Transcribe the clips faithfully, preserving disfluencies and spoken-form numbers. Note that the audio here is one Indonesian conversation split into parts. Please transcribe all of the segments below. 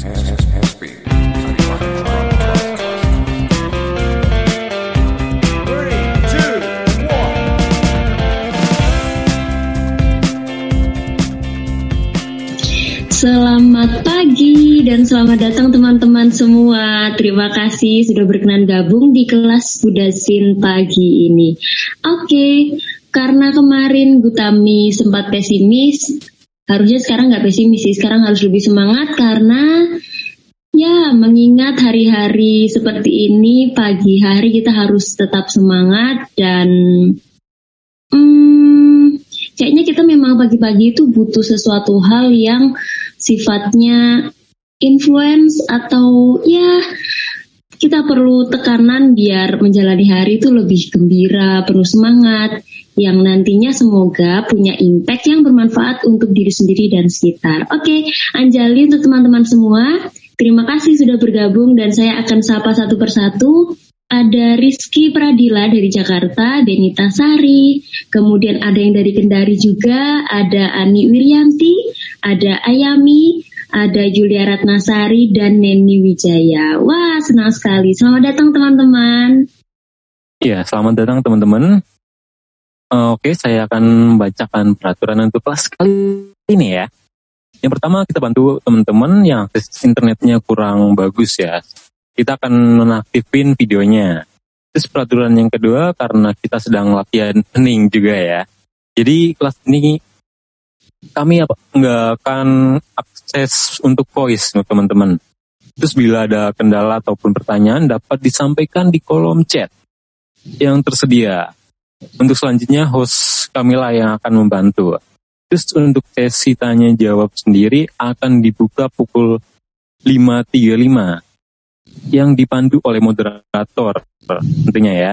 Selamat pagi dan selamat datang teman-teman semua. Terima kasih sudah berkenan gabung di kelas Budasin pagi ini. Oke, karena kemarin Gutami sempat pesimis, harusnya sekarang nggak pesimis sih, sekarang harus lebih semangat karena ya mengingat hari-hari seperti ini, pagi hari kita harus tetap semangat dan hmm, kayaknya kita memang pagi-pagi itu butuh sesuatu hal yang sifatnya influence atau ya kita perlu tekanan biar menjalani hari itu lebih gembira, penuh semangat, yang nantinya semoga punya impact yang bermanfaat untuk diri sendiri dan sekitar. Oke, Anjali untuk teman-teman semua, terima kasih sudah bergabung dan saya akan sapa satu persatu. Ada Rizky Pradila dari Jakarta, Benita Sari, kemudian ada yang dari Kendari juga, ada Ani Wiryanti, ada Ayami, ada Julia Ratnasari, dan Neni Wijaya. Wah, senang sekali. Selamat datang teman-teman. Iya, selamat datang teman-teman. Uh, Oke, saya akan membacakan peraturan untuk kelas kali ini ya. Yang pertama, kita bantu teman-teman yang akses internetnya kurang bagus ya. Kita akan nonaktifin videonya. Terus peraturan yang kedua, karena kita sedang latihan hening juga ya. Jadi kelas ini kami apa, nggak akan akses untuk voice untuk teman-teman. Terus bila ada kendala ataupun pertanyaan dapat disampaikan di kolom chat yang tersedia. Untuk selanjutnya host Kamila yang akan membantu. Terus untuk sesi tanya jawab sendiri akan dibuka pukul lima tiga puluh lima. Yang dipandu oleh moderator tentunya ya.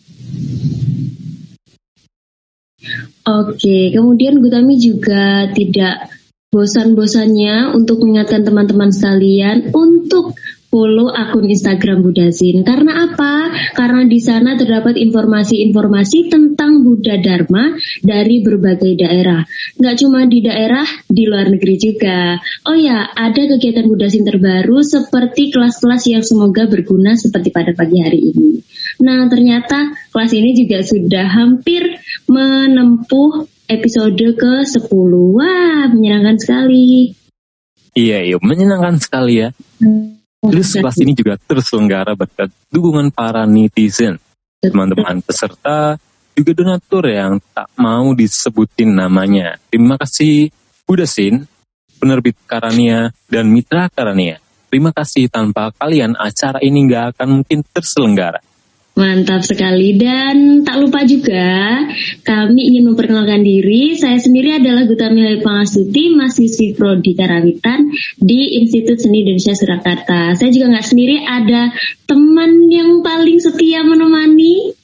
Oke, kemudian Gutami juga tidak bosan-bosannya untuk mengingatkan teman-teman sekalian untuk follow akun Instagram Budasin. Karena apa? Karena di sana terdapat informasi-informasi tentang Buddha Dharma dari berbagai daerah. Nggak cuma di daerah, di luar negeri juga. Oh ya, ada kegiatan Budasin terbaru seperti kelas-kelas yang semoga berguna seperti pada pagi hari ini. Nah, ternyata kelas ini juga sudah hampir menempuh episode ke sepuluh. Wah, menyenangkan sekali. Iya, iya, menyenangkan sekali ya. Terus kelas ini juga terselenggara berkat dukungan para netizen, teman-teman peserta, juga donatur yang tak mau disebutin namanya. Terima kasih Budasin, penerbit Karania, dan mitra Karania. Terima kasih, tanpa kalian acara ini gak akan mungkin terselenggara. Mantap sekali, dan tak lupa juga kami ingin memperkenalkan diri. Saya sendiri adalah Gutami Pangastuti, mahasiswi Prodi Karawitan di Institut Seni Indonesia Surakarta. Saya juga nggak sendiri, ada teman yang paling setia menemani.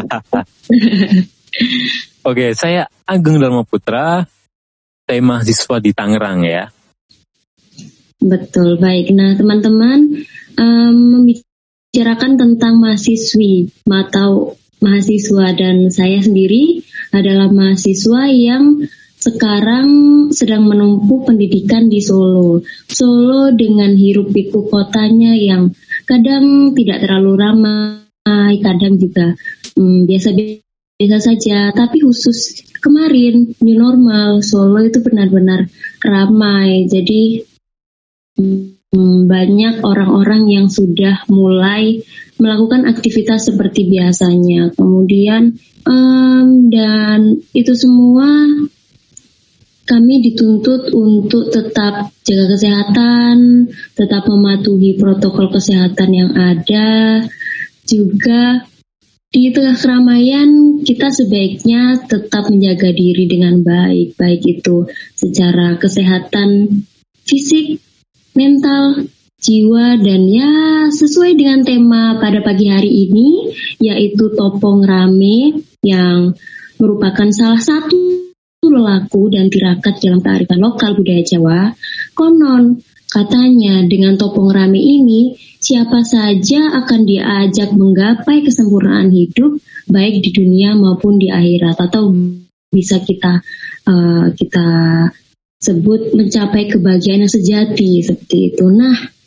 Oke, saya Ageng Dharma Putra, saya mahasiswa di Tangerang ya. Betul, baik. Nah teman-teman, um, bicarakan tentang mahasiswi atau mahasiswa, dan saya sendiri adalah mahasiswa yang sekarang sedang menempuh pendidikan di Solo. Solo dengan hiruk pikuk kotanya yang kadang tidak terlalu ramai, kadang juga hmm, biasa-biasa saja. Tapi khusus kemarin new normal, Solo itu benar-benar ramai. Jadi hmm, banyak orang-orang yang sudah mulai melakukan aktivitas seperti biasanya. Kemudian um, dan itu semua kami dituntut untuk tetap jaga kesehatan, tetap mematuhi protokol kesehatan yang ada. Juga di tengah keramaian kita sebaiknya tetap menjaga diri dengan baik, baik itu secara kesehatan fisik, mental, jiwa, dan ya sesuai dengan tema pada pagi hari ini, yaitu Topong Rame, yang merupakan salah satu lelaku dan tirakat dalam kearifan lokal budaya Jawa. Konon katanya dengan Topong Rame ini siapa saja akan diajak menggapai kesempurnaan hidup baik di dunia maupun di akhirat, atau bisa kita uh, kita sebut mencapai kebahagiaan yang sejati, seperti itu. Nah,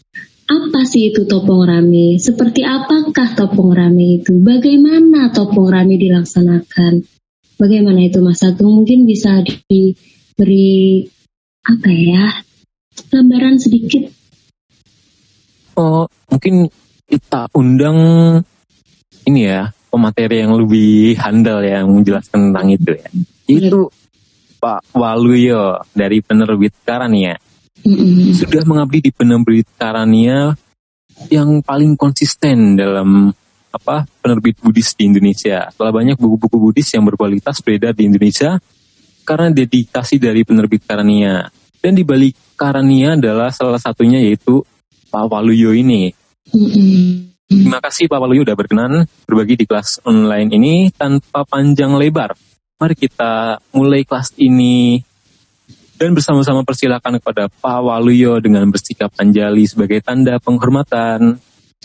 apa sih itu Topong Rame? Seperti apakah Topong Rame itu? Bagaimana Topong Rame dilaksanakan? Bagaimana itu Mas Agung? Mungkin bisa diberi apa ya, gambaran sedikit. Oh, mungkin kita undang ini ya, pemateri yang lebih handal ya, yang menjelaskan tentang itu ya. Itu Pak Waluyo dari Penerbit Karania. Mm-hmm. Sudah mengabdi di Penerbit Karania yang paling konsisten dalam apa penerbit Buddhis di Indonesia. Telah banyak buku-buku Buddhis yang berkualitas beredar di Indonesia karena dedikasi dari Penerbit Karania. Dan di balik Karania adalah salah satunya yaitu Pak Waluyo ini. Mm-hmm. Terima kasih Pak Waluyo sudah berkenan berbagi di kelas online ini tanpa panjang lebar. Mari kita mulai kelas ini dan bersama-sama persilakan kepada Pak Waluyo dengan bersikap anjali sebagai tanda penghormatan.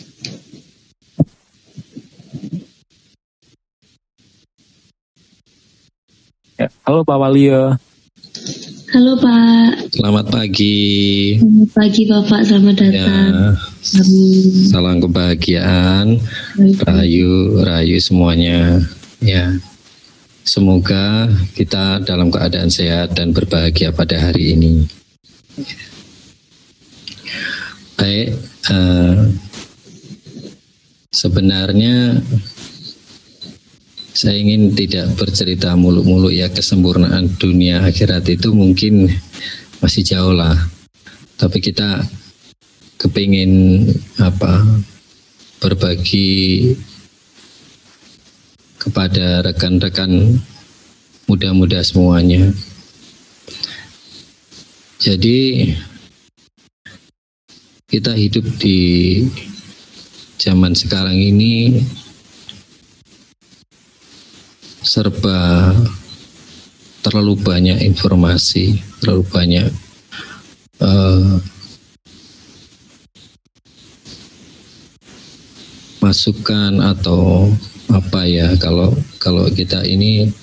Ya, halo Pak Waluyo. Halo Pak. Selamat pagi. Selamat pagi Bapak, selamat datang. Ya, salam kebahagiaan, rayu, rayu semuanya. Ya, semoga kita dalam keadaan sehat dan berbahagia pada hari ini. Baik, uh, sebenarnya saya ingin tidak bercerita muluk-muluk ya, kesempurnaan dunia akhirat itu mungkin masih jauh lah. Tapi kita kepingin apa berbagi kepada rekan-rekan muda-muda semuanya. Jadi kita hidup di zaman sekarang ini serba terlalu banyak informasi, terlalu banyak uh, masukan atau apa ya, kalau kalau kita ini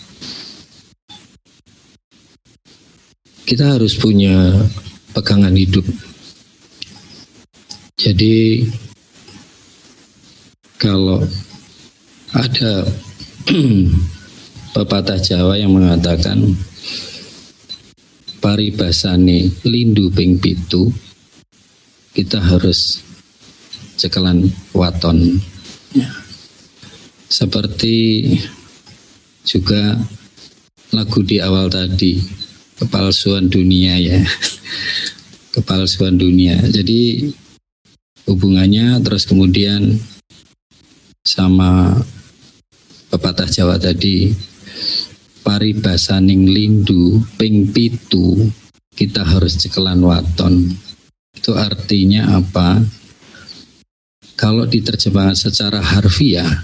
kita harus punya pegangan hidup. Jadi kalau ada pepatah Jawa yang mengatakan paribasane lindu ping pitu, kita harus cekelan waton. Seperti juga lagu di awal tadi, kepalsuan dunia ya. Kepalsuan dunia. Jadi hubungannya terus kemudian sama pepatah Jawa tadi, paribasaning lindu ping pitu, kita harus cekelan waton. Itu artinya apa? Kalau diterjemahkan secara harfiah,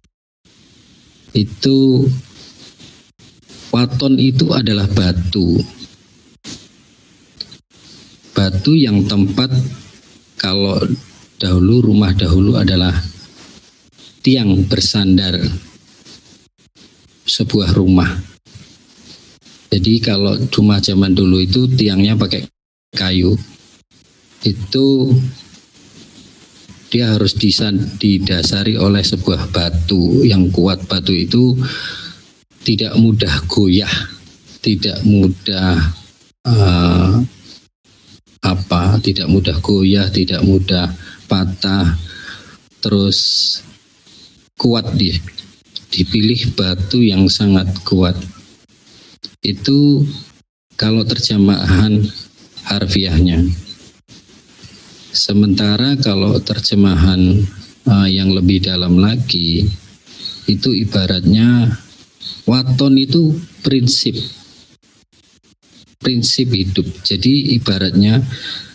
itu waton itu adalah batu. Batu yang tempat, kalau dahulu rumah dahulu adalah tiang bersandar sebuah rumah. Jadi kalau rumah zaman dulu itu tiangnya pakai kayu, itu dia harus didasari oleh sebuah batu yang kuat. Batu itu tidak mudah goyah, tidak mudah uh, apa, tidak mudah goyah, tidak mudah patah, terus kuat dia. Dipilih batu yang sangat kuat. Itu kalau terjemahan harfiahnya. Sementara kalau terjemahan uh, yang lebih dalam lagi, itu ibaratnya waton itu prinsip. Prinsip hidup. Jadi ibaratnya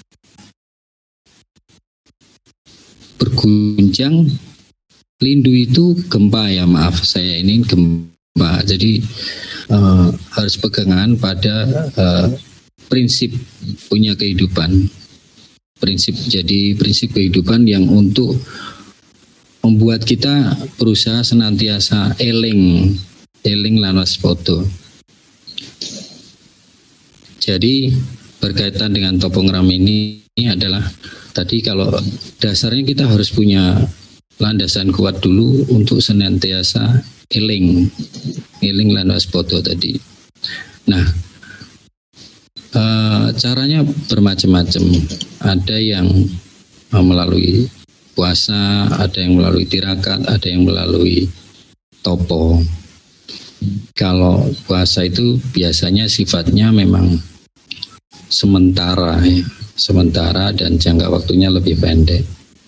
berguncang, lindu itu gempa ya, maaf saya ini gempa. Jadi uh, harus pegangan pada uh, prinsip punya kehidupan. Prinsip, jadi prinsip kehidupan yang untuk membuat kita berusaha senantiasa eling, eling lan waspada. Jadi berkaitan dengan Topong Rame ini, adalah tadi kalau dasarnya kita harus punya landasan kuat dulu untuk senantiasa eling, eling lan waspada tadi. Nah, e, caranya bermacam-macam. Ada yang e, melalui puasa, ada yang melalui tirakat, ada yang melalui topo. Kalau puasa itu biasanya sifatnya memang sementara, ya, sementara dan jangka waktunya lebih pendek.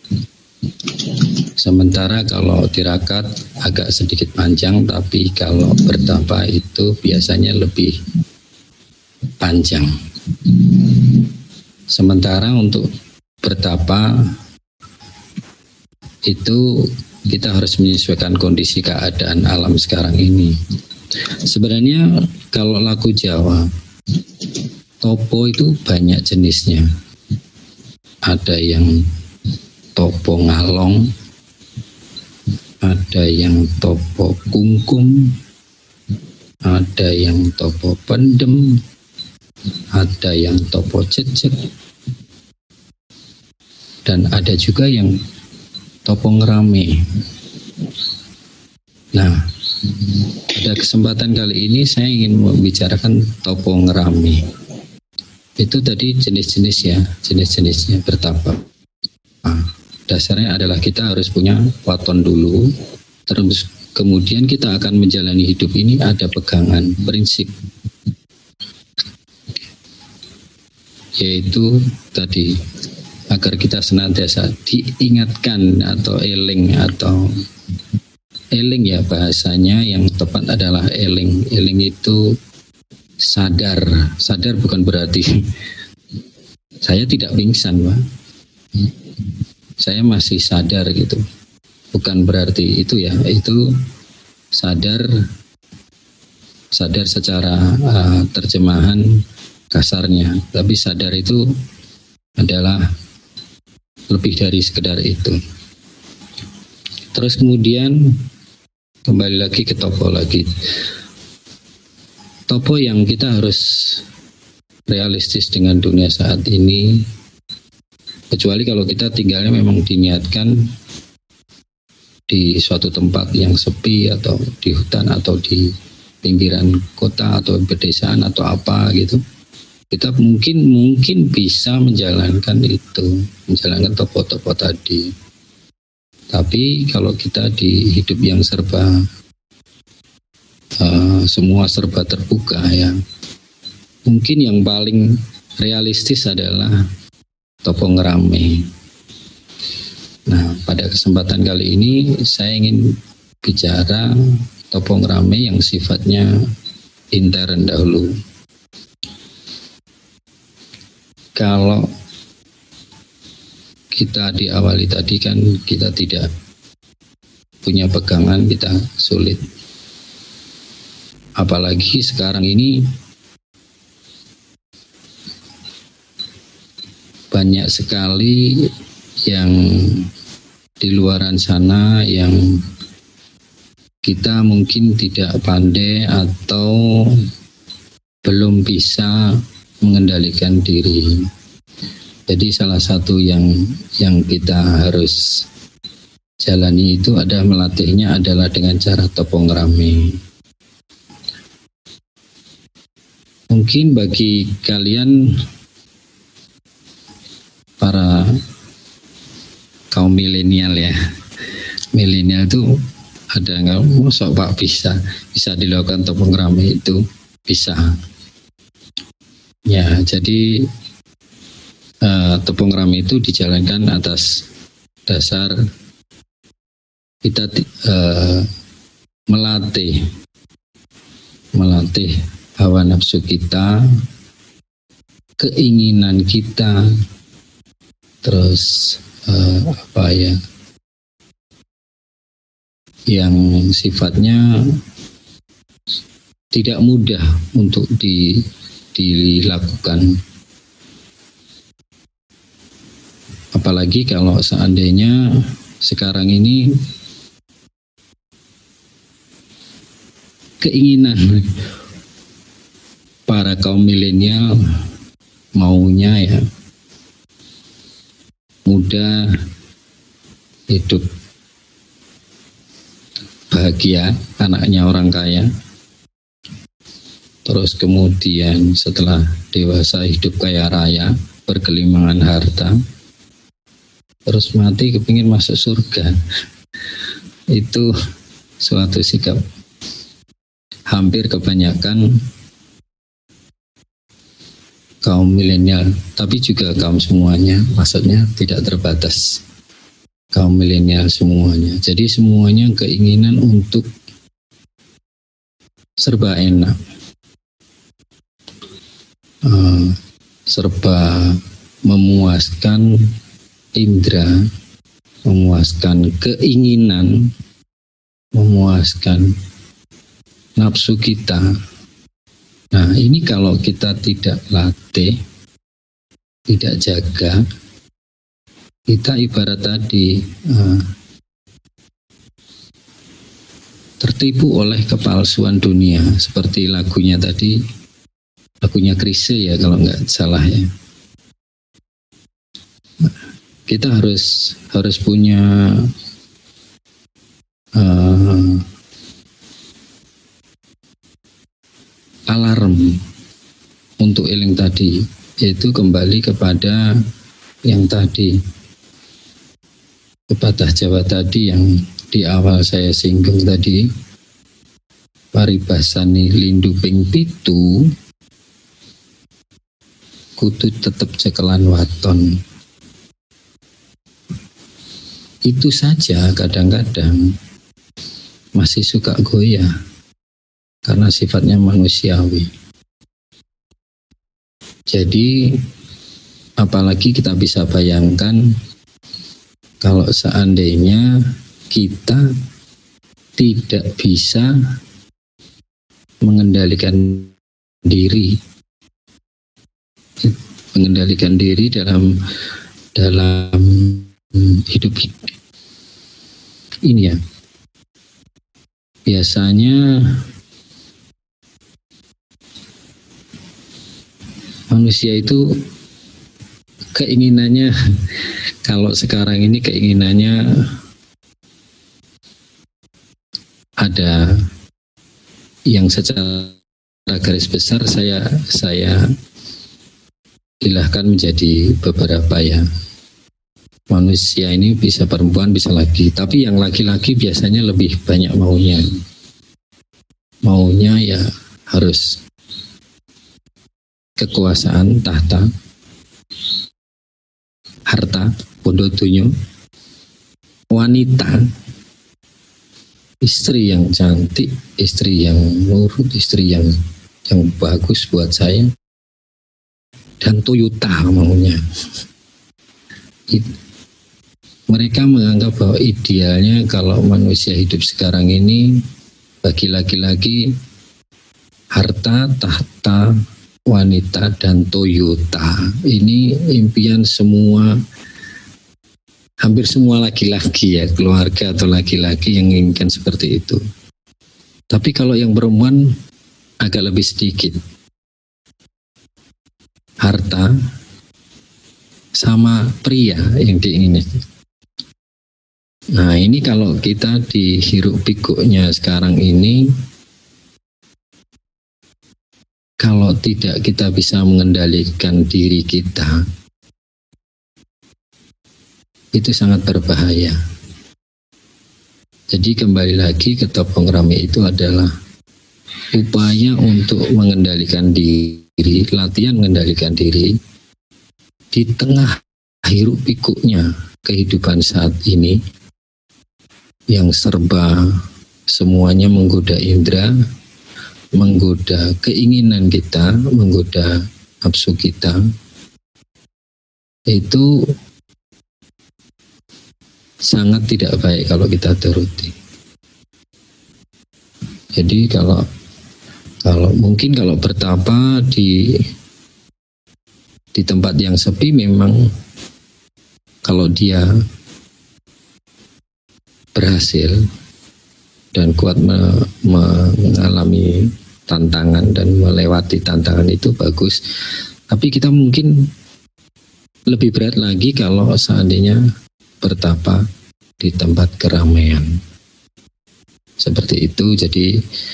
Sementara kalau tirakat agak sedikit panjang, tapi kalau bertapa itu biasanya lebih panjang. Sementara untuk bertapa itu kita harus menyesuaikan kondisi keadaan alam sekarang ini. Sebenarnya kalau lagu Jawa, topo itu banyak jenisnya. Ada yang topo ngalong, ada yang topo kungkum, ada yang topo pendem, ada yang topo cecek, dan ada juga yang topo ngerame. Nah, pada kesempatan kali ini saya ingin membicarakan topo ngerame. Itu tadi jenis-jenis ya, jenis-jenisnya bertapa. Nah, dasarnya adalah kita harus punya waton dulu, terus kemudian kita akan menjalani hidup ini ada pegangan, prinsip, yaitu tadi agar kita senantiasa diingatkan atau eling atau eling ya bahasanya yang tepat adalah eling. Eling itu sadar, sadar bukan berarti saya tidak pingsan, Pak. Saya masih sadar gitu. Bukan berarti itu ya, itu sadar sadar secara uh, terjemahan kasarnya. Tapi sadar itu adalah lebih dari sekedar itu. Terus kemudian kembali lagi ke topo lagi. Topo yang kita harus realistis dengan dunia saat ini. Kecuali kalau kita tinggalnya memang diniatkan di suatu tempat yang sepi atau di hutan atau di pinggiran kota atau pedesaan atau apa gitu, kita mungkin mungkin bisa menjalankan itu, menjalankan topo-topo tadi. Tapi kalau kita di hidup yang serba uh, semua serba terbuka ya, mungkin yang paling realistis adalah topo ngerame. Nah, pada kesempatan kali ini saya ingin bicara topo ngerame yang sifatnya intern dahulu. Kalau kita diawali tadi kan kita tidak punya pegangan, kita sulit. Apalagi sekarang ini banyak sekali yang di luaran sana yang kita mungkin tidak pandai atau belum bisa mengendalikan diri. Jadi salah satu yang yang kita harus jalani itu ada melatihnya adalah dengan cara topo ngerame. Mungkin bagi kalian para kaum milenial ya, milenial itu ada nggak? Mosok Pak bisa bisa dilakukan topo ngerame itu bisa. Ya, jadi uh, topo ngerame itu dijalankan atas dasar kita uh, melatih melatih hawa nafsu kita, keinginan kita, terus uh, apa ya, yang sifatnya tidak mudah untuk di, dilakukan. Apalagi kalau seandainya sekarang ini keinginan para kaum milenial maunya ya muda hidup bahagia, anaknya orang kaya. Terus kemudian setelah dewasa hidup kaya raya, bergelimangan harta. Terus mati kepingin masuk surga. Itu suatu sikap hampir kebanyakan kaum milenial, tapi juga kaum semuanya, maksudnya tidak terbatas kaum milenial semuanya. Jadi semuanya keinginan untuk serba enak, uh, serba memuaskan indera, memuaskan keinginan, memuaskan nafsu kita. Nah, ini kalau kita tidak latih, tidak jaga, kita ibarat tadi uh, tertipu oleh kepalsuan dunia, seperti lagunya tadi, lagunya Chrisye ya kalau nggak salah ya. Kita harus harus punya uh, alarm untuk eling tadi, yaitu kembali kepada yang tadi, pepatah Jawa tadi yang di awal saya singgung tadi, paribasane lindu ping pitu kudu tetep cekelan waton. Itu saja kadang-kadang masih suka goyah karena sifatnya manusiawi. Jadi apalagi kita bisa bayangkan kalau seandainya kita tidak bisa mengendalikan diri, mengendalikan diri dalam dalam hidup ini ya. Biasanya manusia itu keinginannya, kalau sekarang ini keinginannya ada yang secara garis besar saya saya ilahkan menjadi beberapa ya. Manusia ini bisa perempuan, bisa laki, tapi yang laki-laki biasanya lebih banyak maunya. Maunya ya harus kekuasaan, tahta, harta, bondo dunyo, wanita, istri yang cantik, istri yang nurut, istri yang yang bagus buat saya, dan Toyota maunya. It, mereka menganggap bahwa idealnya kalau manusia hidup sekarang ini bagi laki-laki harta, tahta, wanita, dan Toyota. Ini impian semua, hampir semua laki-laki ya, keluarga atau laki-laki yang menginginkan seperti itu. Tapi kalau yang perempuan agak lebih sedikit. Harta sama pria yang diinginkan. Nah ini kalau kita di hiruk pikuknya sekarang ini, kalau tidak kita bisa mengendalikan diri kita, itu sangat berbahaya. Jadi kembali lagi ke topeng rame itu adalah upaya untuk mengendalikan diri, latihan mengendalikan diri di tengah hiruk pikuknya kehidupan saat ini yang serba semuanya menggoda indera, menggoda keinginan kita, menggoda nafsu kita. Itu sangat tidak baik kalau kita turuti. Jadi kalau kalau mungkin kalau bertapa di di tempat yang sepi, memang kalau dia berhasil dan kuat me, mengalami tantangan dan melewati tantangan itu bagus. Tapi kita mungkin lebih berat lagi kalau seandainya bertapa di tempat keramaian. Seperti itu, jadi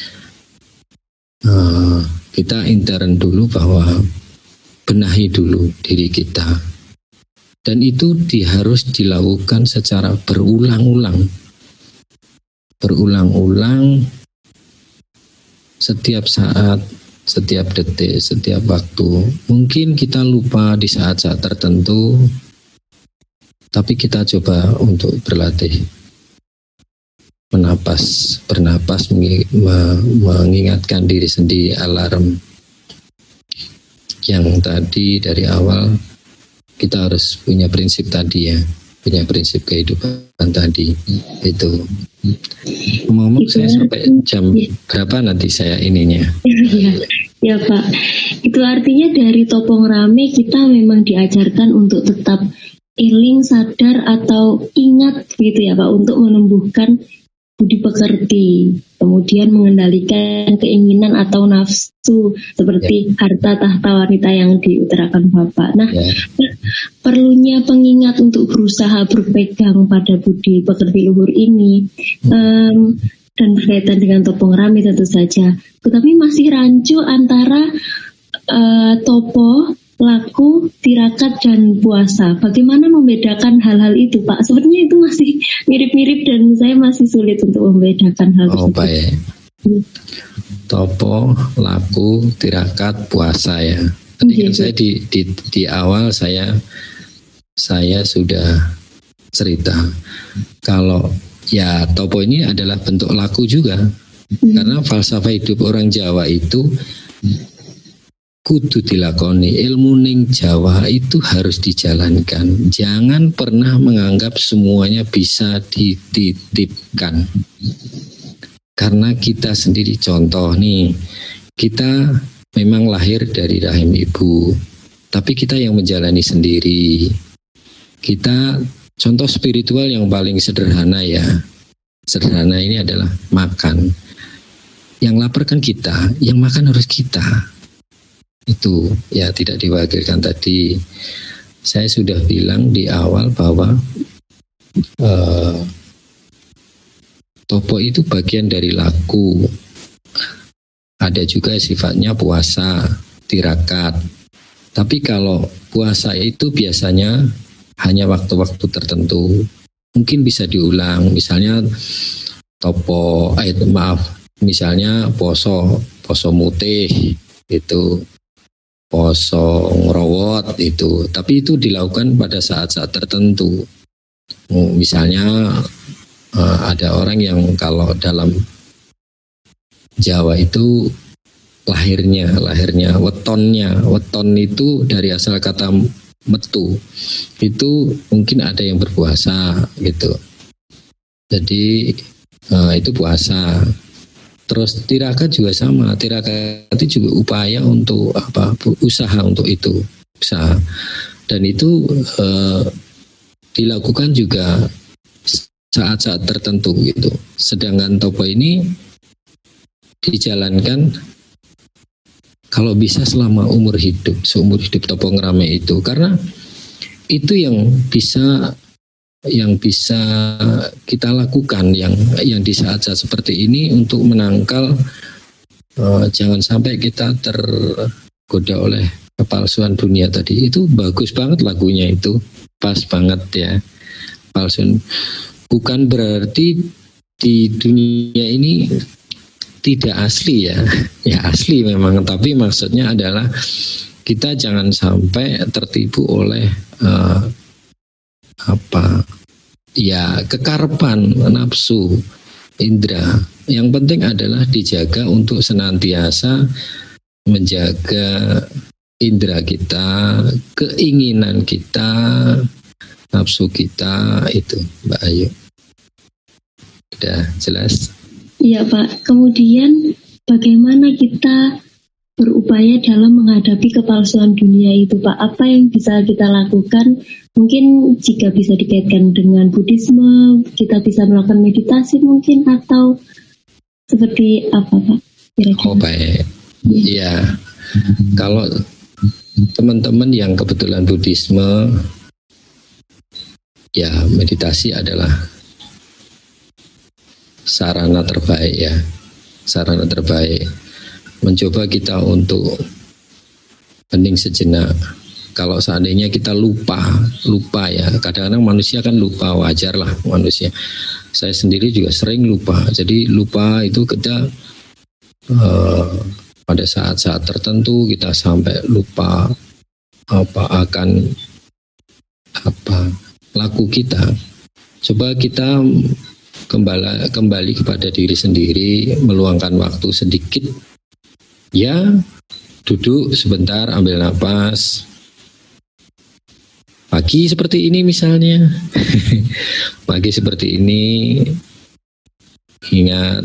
uh, kita intern dulu bahwa benahi dulu diri kita. Dan itu di, harus dilakukan secara berulang-ulang. Berulang-ulang setiap saat, setiap detik, setiap waktu. Mungkin kita lupa di saat-saat tertentu, tapi kita coba untuk berlatih. Menapas, bernapas, mengingatkan diri sendiri, alarm. Yang tadi dari awal, kita harus punya prinsip tadi ya, punya prinsip kehidupan tadi. Itu. Ngomong saya sampai jam berapa nanti saya ininya? Ya, ya Pak. Itu artinya dari Topong Rame kita memang diajarkan untuk tetap iling, sadar atau ingat gitu ya Pak, untuk menumbuhkan budi pekerti, kemudian mengendalikan keinginan atau nafsu seperti ya. Harta tahta wanita yang diutarakan Bapak. Nah, ya. Perlunya pengingat untuk berusaha berpegang pada budi pekerti luhur ini hmm. um, dan berkaitan dengan Topong Rame tentu saja. Tetapi masih rancu antara uh, topo, laku, tirakat, dan puasa. Bagaimana membedakan hal-hal itu, Pak? Sebenarnya itu masih mirip-mirip dan saya masih sulit untuk membedakan hal oh, tersebut. Oh baik. Hmm. Topo, laku, tirakat, puasa ya. Tadi kan saya di, di di awal saya saya sudah cerita kalau ya topo ini adalah bentuk laku juga. Hmm. Karena falsafah hidup orang Jawa itu kudu dilakoni, ilmu ning Jawa itu harus dijalankan. Jangan pernah menganggap semuanya bisa dititipkan. Karena kita sendiri contoh nih, kita memang lahir dari rahim ibu, tapi kita yang menjalani sendiri. Kita contoh spiritual yang paling sederhana ya. Sederhana ini adalah makan. Yang lapar kan kita, yang makan harus kita. Itu ya tidak diwakilkan tadi. Saya sudah bilang di awal bahwa uh, topo itu bagian dari laku. Ada juga sifatnya puasa, tirakat. Tapi kalau puasa itu biasanya hanya waktu-waktu tertentu. Mungkin bisa diulang. Misalnya topo, eh, maaf, misalnya poso, poso mutih itu. Poso ngerowot itu, tapi itu dilakukan pada saat-saat tertentu. Misalnya uh, ada orang yang kalau dalam Jawa itu lahirnya, lahirnya wetonnya, weton itu dari asal kata metu. Itu mungkin ada yang berpuasa gitu. Jadi uh, itu puasa. Terus tirakat juga sama, tirakat itu juga upaya untuk apa? Usaha untuk itu, usaha. Dan itu eh, dilakukan juga saat-saat tertentu gitu. Sedangkan topo ini dijalankan kalau bisa selama umur hidup, seumur hidup Topong Rame itu, karena itu yang bisa yang bisa kita lakukan yang yang di saat-saat seperti ini untuk menangkal uh, jangan sampai kita tergoda oleh kepalsuan dunia tadi. Itu bagus banget lagunya itu, pas banget ya. Palsuan bukan berarti di dunia ini tidak asli ya, ya asli memang, tapi maksudnya adalah kita jangan sampai tertipu oleh uh, apa ya kekarepan nafsu indera. Yang penting adalah dijaga untuk senantiasa menjaga indera kita, keinginan kita, nafsu kita itu, Mbak Ayu. Sudah jelas? Iya Pak. Kemudian bagaimana kita berupaya dalam menghadapi kepalsuan dunia itu Pak? Apa yang bisa kita lakukan? Mungkin jika bisa dikaitkan dengan Buddhisme, kita bisa melakukan meditasi mungkin, atau seperti apa Pak? Kira-kira? Oh baik. Iya. Ya. Kalau teman-teman yang kebetulan Buddhisme, ya meditasi adalah sarana terbaik ya, sarana terbaik. Mencoba kita untuk hening sejenak. Kalau seandainya kita lupa, lupa ya, kadang-kadang manusia kan lupa, wajar lah manusia. Saya sendiri juga sering lupa. Jadi lupa itu kita uh, pada saat-saat tertentu kita sampai lupa apa akan apa laku kita. Coba kita kembali kembali kepada diri sendiri, meluangkan waktu sedikit. Ya, duduk sebentar, ambil napas. Pagi seperti ini misalnya, pagi seperti ini, ingat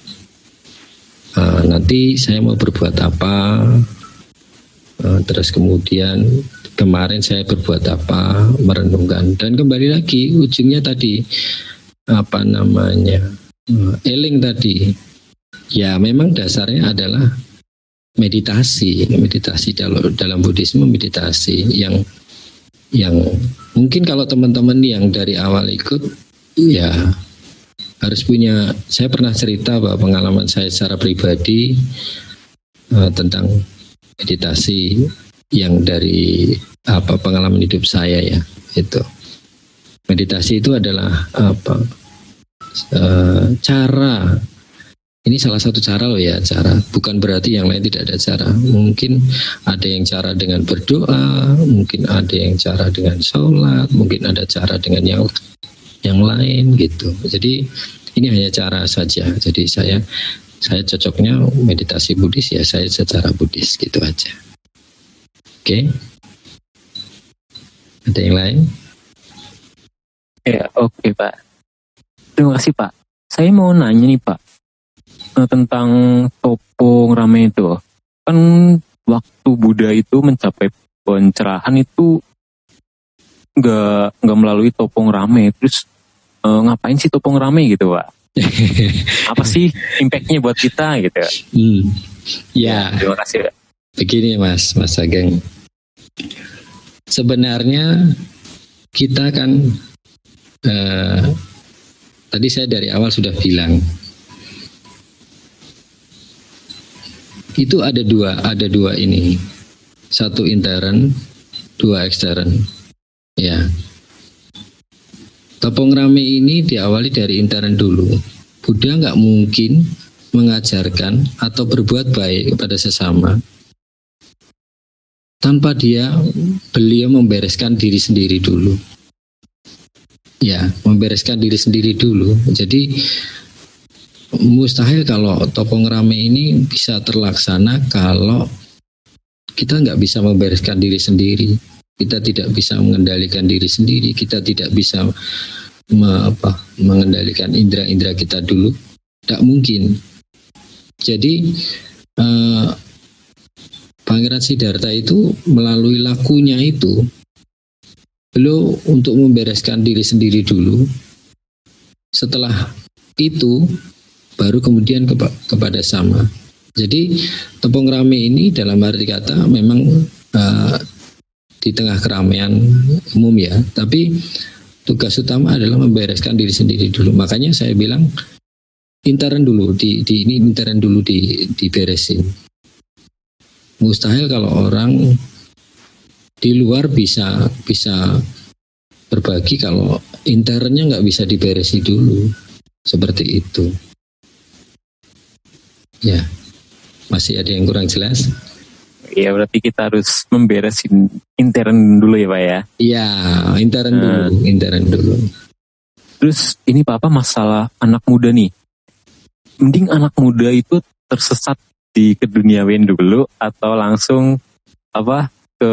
uh, nanti saya mau berbuat apa, uh, terus kemudian kemarin saya berbuat apa, merenungkan, dan kembali lagi ujungnya tadi apa namanya uh, eling tadi, ya memang dasarnya adalah meditasi, meditasi dalam dalam Buddhisme meditasi yang yang mungkin kalau teman-teman yang dari awal ikut ya harus punya. Saya pernah cerita bahwa pengalaman saya secara pribadi uh, tentang meditasi yang dari apa pengalaman hidup saya ya, itu meditasi itu adalah apa uh, cara. Ini salah satu cara loh ya, cara. Bukan berarti yang lain tidak ada cara. Mungkin ada yang cara dengan berdoa, mungkin ada yang cara dengan sholat, mungkin ada cara dengan yang yang lain gitu. Jadi ini hanya cara saja. Jadi saya saya cocoknya meditasi Buddhis ya, saya secara Buddhis gitu aja. Oke. Ada yang lain? Ya, oke okay, Pak. Terima kasih Pak. Saya mau nanya nih Pak, tentang topong rame itu. Kan waktu Buddha itu mencapai pencerahan itu nggak nggak melalui topong rame. Terus eh, ngapain sih topong rame gitu Pak? Apa sih impactnya buat kita gitu? Hmm. Ya. Terima kasih Pak. Begini Mas, Mas Ageng. Sebenarnya kita kan eh, tadi saya dari awal sudah bilang. Itu ada dua, ada dua ini, satu intern, dua ekstern, ya. Topong rame ini diawali dari intern dulu. Buddha nggak mungkin mengajarkan atau berbuat baik kepada sesama tanpa dia beliau membereskan diri sendiri dulu, ya, membereskan diri sendiri dulu. Jadi mustahil kalau topong rame ini bisa terlaksana kalau kita nggak bisa membereskan diri sendiri, kita tidak bisa mengendalikan diri sendiri, kita tidak bisa me, apa, mengendalikan indera-indera kita dulu, tidak mungkin. Jadi eh, Pangeran Siddhartha itu melalui lakunya itu beliau untuk membereskan diri sendiri dulu. Setelah itu baru kemudian kepa- kepada sama. Jadi topong rame ini dalam arti kata memang uh, di tengah keramaian umum ya, tapi tugas utama adalah membereskan diri sendiri dulu. Makanya saya bilang intern dulu, di, di ini intern dulu di, diberesin. Mustahil kalau orang di luar bisa bisa berbagi kalau internnya nggak bisa diberesi dulu, seperti itu. Ya, masih ada yang kurang jelas? Iya, berarti kita harus memberesin intern dulu ya Pak ya? Iya, intern uh, dulu, intern dulu. Terus ini Papa masalah anak muda nih. Mending anak muda itu tersesat di keduniawian dulu atau langsung apa ke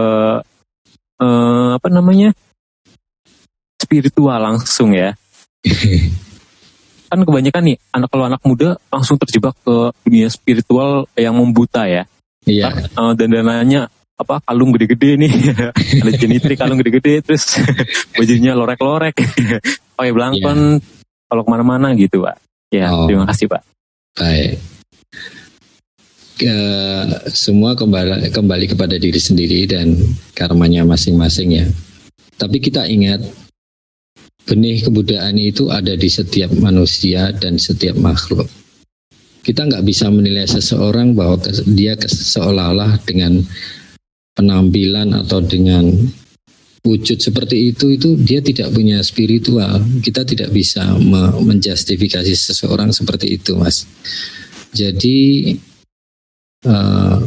uh, apa namanya spiritual langsung ya? Kan kebanyakan nih anak kalau anak muda langsung terjebak ke dunia spiritual yang membuta ya. Iya. Uh, dan dananya apa kalung gede-gede nih, ada jenitri kalung gede-gede, terus bajunya lorek-lorek, pakai belangkon yeah. Kalau kemana-mana gitu Pak. Ya, oh. Terima kasih Pak. Baik. uh, semua kembali kembali kepada diri sendiri dan karmanya masing-masing ya. Tapi kita ingat, benih kebudayaan itu ada di setiap manusia dan setiap makhluk. Kita nggak bisa menilai seseorang bahwa dia seolah-olah dengan penampilan atau dengan wujud seperti itu, itu dia tidak punya spiritual. Kita tidak bisa me- menjustifikasi seseorang seperti itu, Mas. Jadi uh,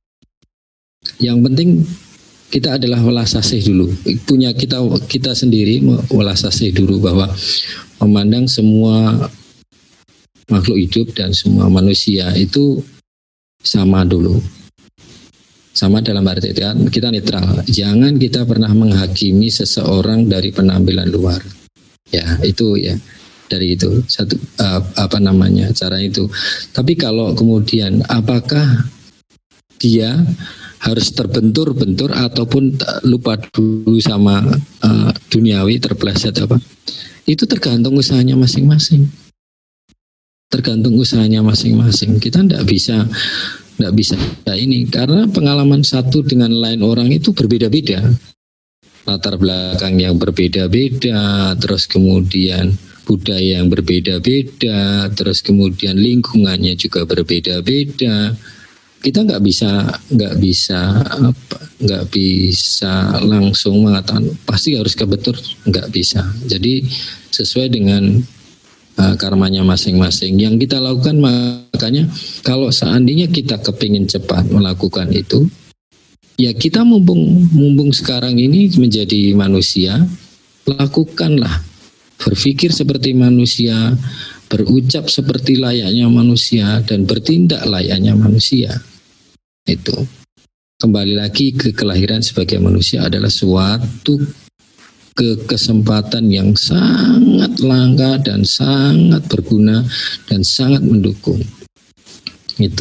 yang penting kita adalah welas asih dulu. Punya kita kita sendiri welas asih dulu bahwa memandang semua makhluk hidup dan semua manusia itu sama dulu. Sama dalam arti kita netral. Jangan kita pernah menghakimi seseorang dari penampilan luar. Ya, itu ya. Dari itu satu uh, apa namanya cara itu. Tapi kalau kemudian apakah dia harus terbentur-bentur ataupun lupa dulu sama uh, duniawi, terpleset apa? Itu tergantung usahanya masing-masing. Tergantung usahanya masing-masing. Kita tidak bisa Nggak bisa nah ini karena pengalaman satu dengan lain orang itu berbeda-beda, latar belakang yang berbeda-beda, terus kemudian budaya yang berbeda-beda, terus kemudian lingkungannya juga berbeda-beda. Kita nggak bisa nggak bisa apa nggak bisa langsung mengatakan pasti harus kebetul, nggak bisa. Jadi sesuai dengan Uh, karmanya masing-masing yang kita lakukan. Makanya kalau seandainya kita kepingin cepat melakukan itu, ya kita mumpung mumpung sekarang ini menjadi manusia, lakukanlah, berpikir seperti manusia, berucap seperti layaknya manusia, dan bertindak layaknya manusia. Itu kembali lagi ke kelahiran sebagai manusia adalah suatu ke kesempatan yang sangat langka dan sangat berguna dan sangat mendukung. Itu.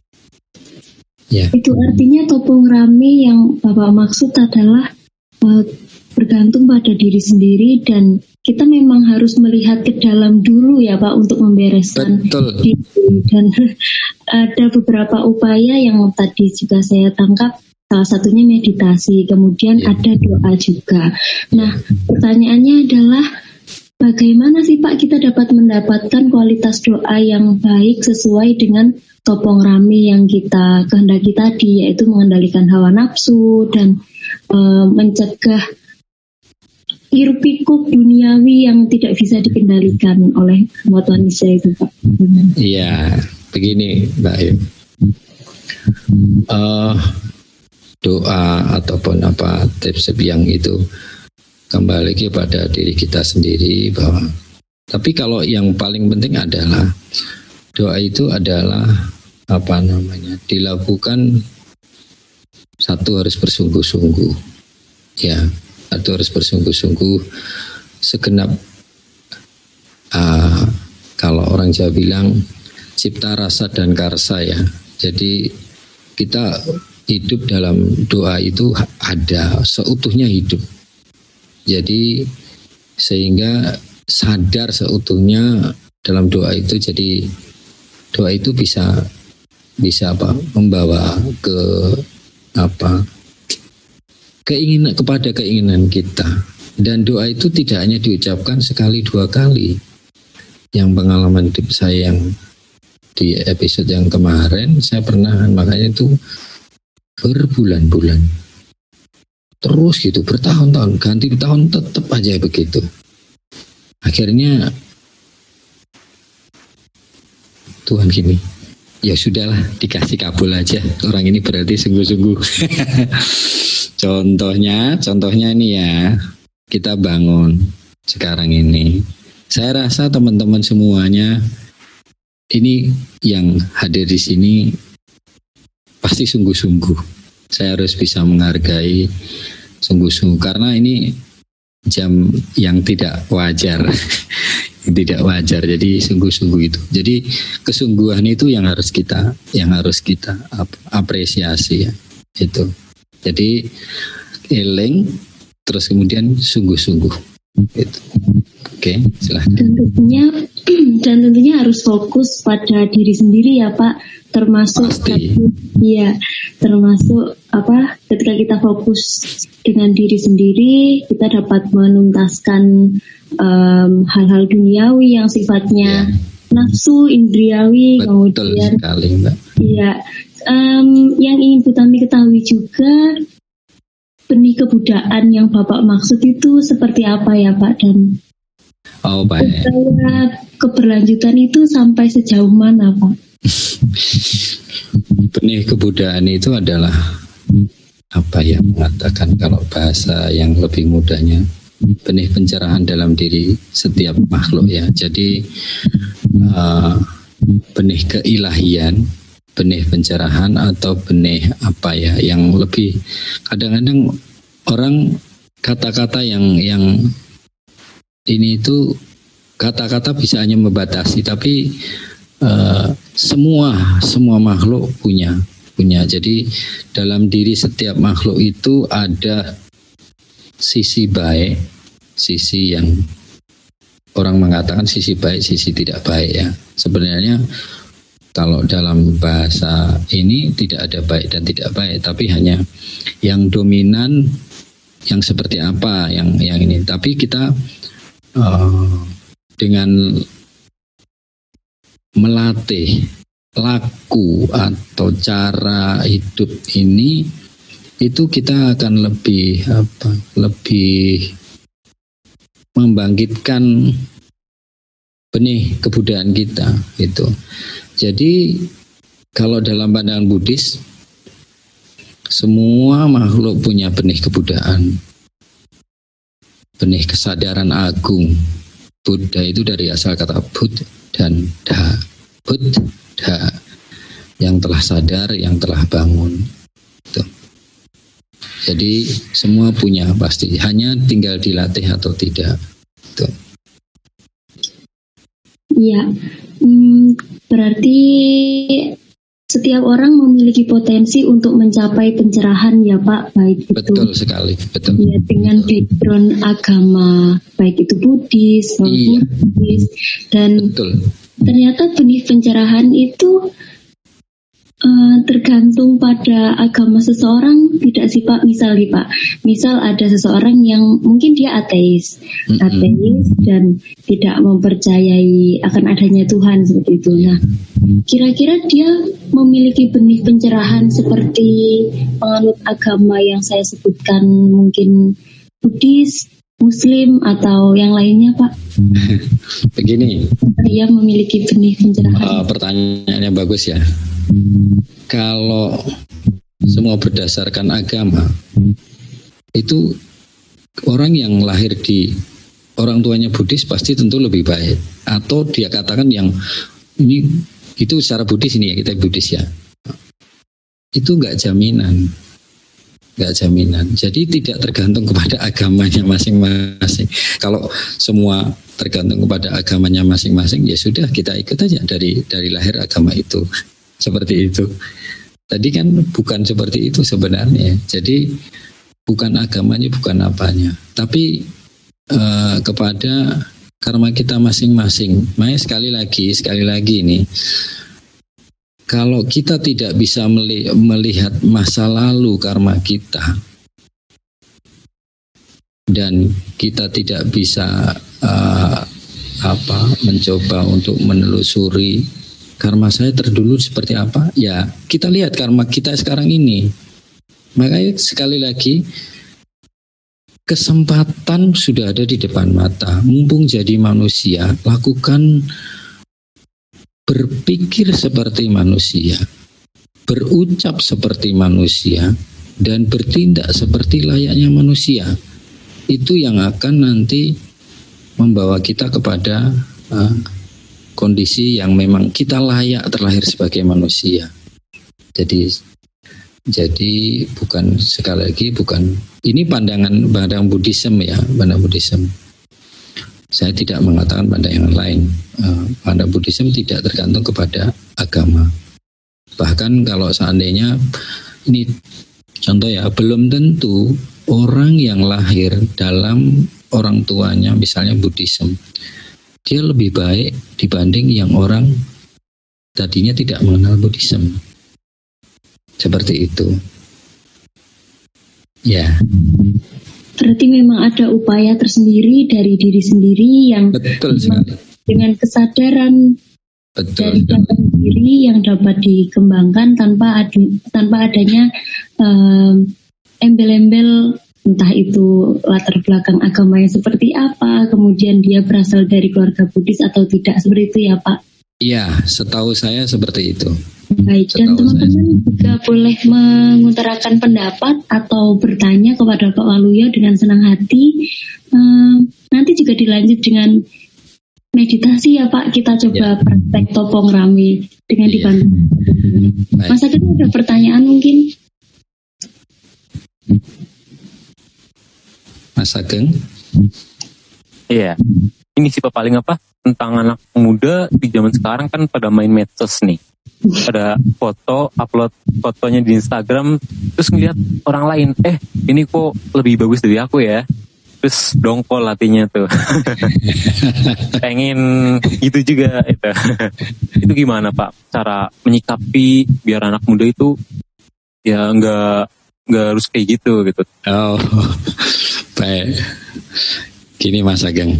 Ya. Itu artinya topong rame yang Bapak maksud adalah uh, bergantung pada diri sendiri dan kita memang harus melihat ke dalam dulu ya Pak untuk membereskan Betul. diri. Dan ada beberapa upaya yang tadi juga saya tangkap. Salah satunya meditasi, kemudian ya. Ada doa juga. Nah, pertanyaannya adalah bagaimana sih Pak kita dapat mendapatkan kualitas doa yang baik sesuai dengan topong rami yang kita kehendaki tadi, yaitu mengendalikan hawa nafsu dan e, mencegah hiruk pikuk duniawi yang tidak bisa dikendalikan oleh semua manusia itu Pak. Iya, begini Mbak Ayu. Uh, doa ataupun apa tips yang itu kembali kepada diri kita sendiri bahwa tapi kalau yang paling penting adalah doa itu adalah apa namanya dilakukan satu harus bersungguh-sungguh ya satu harus bersungguh-sungguh segenap uh, kalau orang Jawa bilang cipta rasa dan karsa ya, jadi kita hidup dalam doa itu ada seutuhnya hidup. Jadi sehingga sadar seutuhnya dalam doa itu. Jadi doa itu bisa bisa apa? Membawa ke apa? Keinginan kepada keinginan kita. Dan doa itu tidak hanya diucapkan sekali dua kali. Yang pengalaman hidup saya yang di episode yang kemarin saya pernah makanya itu berbulan-bulan terus gitu, bertahun-tahun, ganti tahun tetap aja begitu. Akhirnya Tuhan gini, ya sudahlah dikasih kabul aja, orang ini berarti sungguh-sungguh. Contohnya, contohnya ini ya, kita bangun sekarang ini. Saya rasa teman-teman semuanya ini yang hadir di sini pasti sungguh-sungguh. Saya harus bisa menghargai sungguh-sungguh karena ini jam yang tidak wajar. Tidak wajar. Jadi sungguh-sungguh itu. Jadi kesungguhan itu yang harus kita yang harus kita apresiasi ya. Itu. Jadi eling terus kemudian sungguh-sungguh. Gitu. Oke, silahkan. Dan tentunya dan tentunya harus fokus pada diri sendiri ya Pak, termasuk ya termasuk apa ketika kita fokus dengan diri sendiri, kita dapat menuntaskan um, hal-hal duniawi yang sifatnya ya. Nafsu, indriawi. Betul kemudian sekali Mbak. Iya, um, yang ingin Bu Tami ketahui juga, benih kebudayaan yang Bapak maksud itu seperti apa ya Pak, dan oh, baik. keberlanjutan itu sampai sejauh mana Pak? Benih kebudayaan itu adalah apa ya mengatakan kalau bahasa yang lebih mudahnya, benih pencerahan dalam diri setiap makhluk ya. Jadi uh, benih keilahian, benih pencerahan atau benih apa ya yang lebih, kadang-kadang orang kata-kata yang yang ini itu kata-kata bisa hanya membatasi, tapi uh, semua semua makhluk punya punya. Jadi dalam diri setiap makhluk itu ada sisi baik, sisi yang orang mengatakan sisi baik, sisi tidak baik ya. Sebenarnya kalau dalam bahasa ini tidak ada baik dan tidak baik, tapi hanya yang dominan yang seperti apa yang yang ini. Tapi kita uh, dengan melatih laku atau cara hidup ini, itu kita akan lebih apa? Lebih membangkitkan benih kebudayaan kita itu. Jadi kalau dalam pandangan Buddhis, semua makhluk punya benih kebudayaan, benih kesadaran agung. Buddha itu dari asal kata Bud dan Da. Buddha yang telah sadar, yang telah bangun. Itu. Jadi semua punya pasti, hanya tinggal dilatih atau tidak. Itu. Iya, hmm, berarti setiap orang memiliki potensi untuk mencapai pencerahan ya Pak, baik itu betul sekali, betul. Ya, dengan background agama, baik itu Buddhis, non iya. Buddhis, dan betul. Ternyata benih pencerahan itu uh, tergantung pada agama seseorang, tidak sih Pak? Misal nih Pak, misal ada seseorang yang mungkin dia ateis, mm-hmm. ateis dan tidak mempercayai akan adanya Tuhan seperti itu. Nah, kira-kira dia memiliki benih pencerahan seperti penganut agama yang saya sebutkan, mungkin Buddhis, Muslim atau yang lainnya Pak? Begini, dia memiliki benih pencerahan. Uh, pertanyaannya bagus ya. Kalau semua berdasarkan agama, itu orang yang lahir di orang tuanya Buddhis pasti tentu lebih baik. Atau dia katakan yang ini itu secara Buddhis ini ya, kita Buddhis ya. Itu nggak jaminan. Nggak jaminan. Jadi tidak tergantung kepada agamanya masing-masing. Kalau semua tergantung kepada agamanya masing-masing, ya sudah kita ikut aja dari dari lahir agama itu. Seperti itu. Tadi kan bukan seperti itu sebenarnya. Jadi bukan agamanya, bukan apanya. Tapi eh, kepada karma kita masing-masing. Makanya sekali lagi, sekali lagi ini, kalau kita tidak bisa melihat masa lalu karma kita dan kita tidak bisa uh, apa mencoba untuk menelusuri karma saya terdahulu seperti apa, ya kita lihat karma kita sekarang ini. Makanya sekali lagi, kesempatan sudah ada di depan mata. Mumpung jadi manusia, lakukan berpikir seperti manusia, berucap seperti manusia, dan bertindak seperti layaknya manusia. Itu yang akan nanti membawa kita kepada uh, kondisi yang memang kita layak terlahir sebagai manusia. Jadi, jadi bukan sekali lagi bukan ini pandangan pandangan Buddhism ya, pandangan Buddhism. Saya tidak mengatakan pada yang lain. Uh, pada Buddhism tidak tergantung kepada agama. Bahkan kalau seandainya ini contoh ya, belum tentu orang yang lahir dalam orang tuanya misalnya Buddhism, dia lebih baik dibanding yang orang tadinya tidak mengenal Buddhism. Seperti itu. Ya. Berarti memang ada upaya tersendiri dari diri sendiri yang betul sekali. Dengan kesadaran betul dari dalam diri yang dapat dikembangkan tanpa adu, tanpa adanya um, embel-embel, entah itu latar belakang agama yang seperti apa, kemudian dia berasal dari keluarga Buddhis atau tidak, seperti itu ya Pak? Iya, setahu saya seperti itu. Baik, dan teman-teman juga boleh mengutarakan pendapat atau bertanya kepada Pak Waluyo dengan senang hati. Um, nanti juga dilanjut dengan meditasi ya Pak, kita coba ya. Praktek topong rame dengan ya. Dibantu. Mas Ageng ada pertanyaan mungkin? Mas Ageng? Iya, ini sih Pak paling apa tentang anak muda di zaman sekarang kan pada main medsos nih. Ada foto, upload fotonya di Instagram, terus ngeliat orang lain, eh ini kok lebih bagus dari aku ya. Terus dongkol hatinya tuh. Pengen gitu juga itu. Itu gimana Pak cara menyikapi biar anak muda itu ya nggak nggak harus kayak gitu gitu. Oh baik. Gini Mas Ageng.